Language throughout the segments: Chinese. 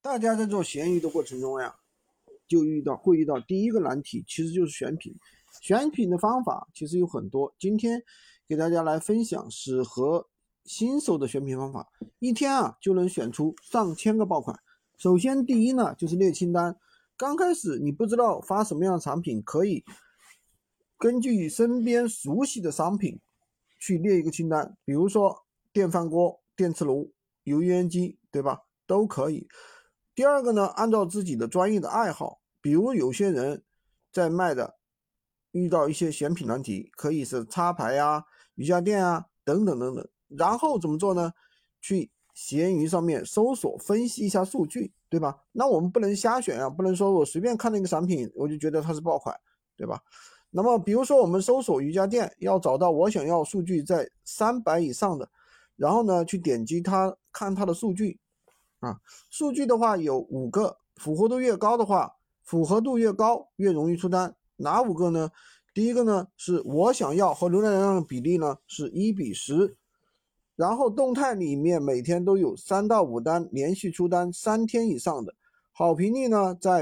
大家在做闲鱼的过程中呀，会遇到第一个难题，其实就是选品。选品的方法其实有很多，今天给大家来分享适合新手的选品方法。一天就能选出上千个爆款。首先第一呢，就是列清单。刚开始你不知道发什么样的产品，可以根据身边熟悉的商品去列一个清单，比如说电饭锅、电磁炉、油烟机，对吧？都可以。第二个呢，按照自己的专业的爱好，比如有些人在卖的遇到一些选品难题，可以是插排瑜伽垫等等等等。然后怎么做呢？去闲鱼上面搜索分析一下数据，对吧？那我们不能瞎选不能说我随便看那个产品我就觉得它是爆款，对吧？那么比如说我们搜索瑜伽垫，要找到我想要数据在300以上的，然后呢去点击它看它的数据数据的话有5个，符合度越高的话，符合度越高越容易出单。哪5个呢？第一个呢是我想要和浏览量的比例呢是1:10，然后动态里面每天都有3到5单连续出单3天以上的，好评率呢在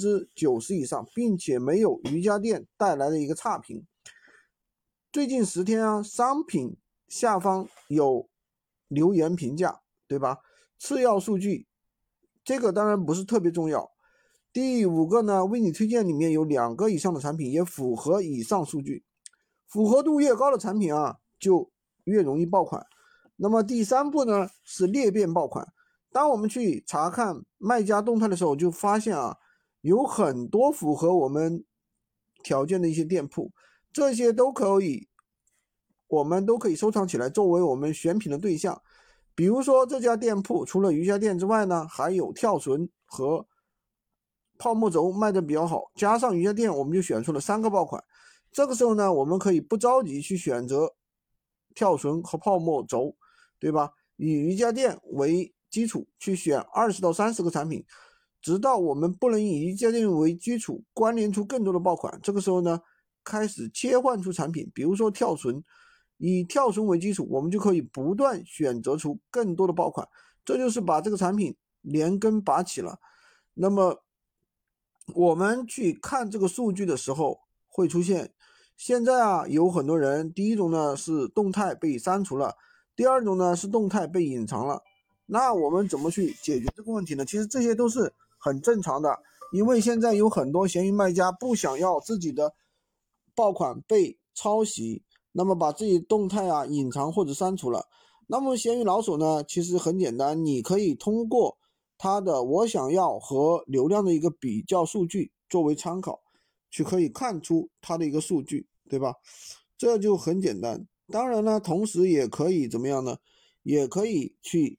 90%以上，并且没有瑜伽垫带来的一个差评。最近10天商品下方有留言评价，对吧？次要数据这个当然不是特别重要。第5个呢，为你推荐里面有2个以上的产品也符合以上数据，符合度越高的产品就越容易爆款。那么第3步呢是裂变爆款。当我们去查看卖家动态的时候，就发现有很多符合我们条件的一些店铺，这些我们都可以收藏起来作为我们选品的对象。比如说这家店铺除了瑜伽垫之外呢，还有跳绳和泡沫轴卖的比较好，加上瑜伽垫，我们就选出了3个爆款。这个时候呢，我们可以不着急去选择跳绳和泡沫轴，对吧？以瑜伽垫为基础去选20到30个产品，直到我们不能以瑜伽垫为基础关联出更多的爆款。这个时候呢，开始切换出产品，比如说跳绳，以跳绳为基础，我们就可以不断选择出更多的爆款，这就是把这个产品连根拔起了。那么我们去看这个数据的时候会出现，现在有很多人，第一种呢是动态被删除了，第二种呢是动态被隐藏了。那我们怎么去解决这个问题呢？其实这些都是很正常的，因为现在有很多闲鱼卖家不想要自己的爆款被抄袭，那么把自己动态隐藏或者删除了。那么闲鱼老手呢，其实很简单，你可以通过它的我想要和流量的一个比较数据作为参考，去可以看出它的一个数据，对吧？这就很简单。当然呢，同时也可以怎么样呢？也可以去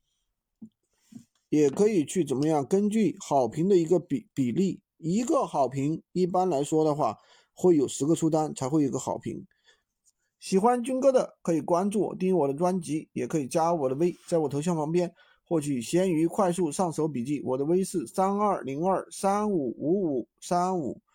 怎么样？根据好评的一个比例，一个好评一般来说的话，会有10个出单才会有一个好评。喜欢军哥的可以关注我，订阅我的专辑，也可以加我的微，在我头像旁边获取闲鱼快速上手笔记。我的微是3202355535。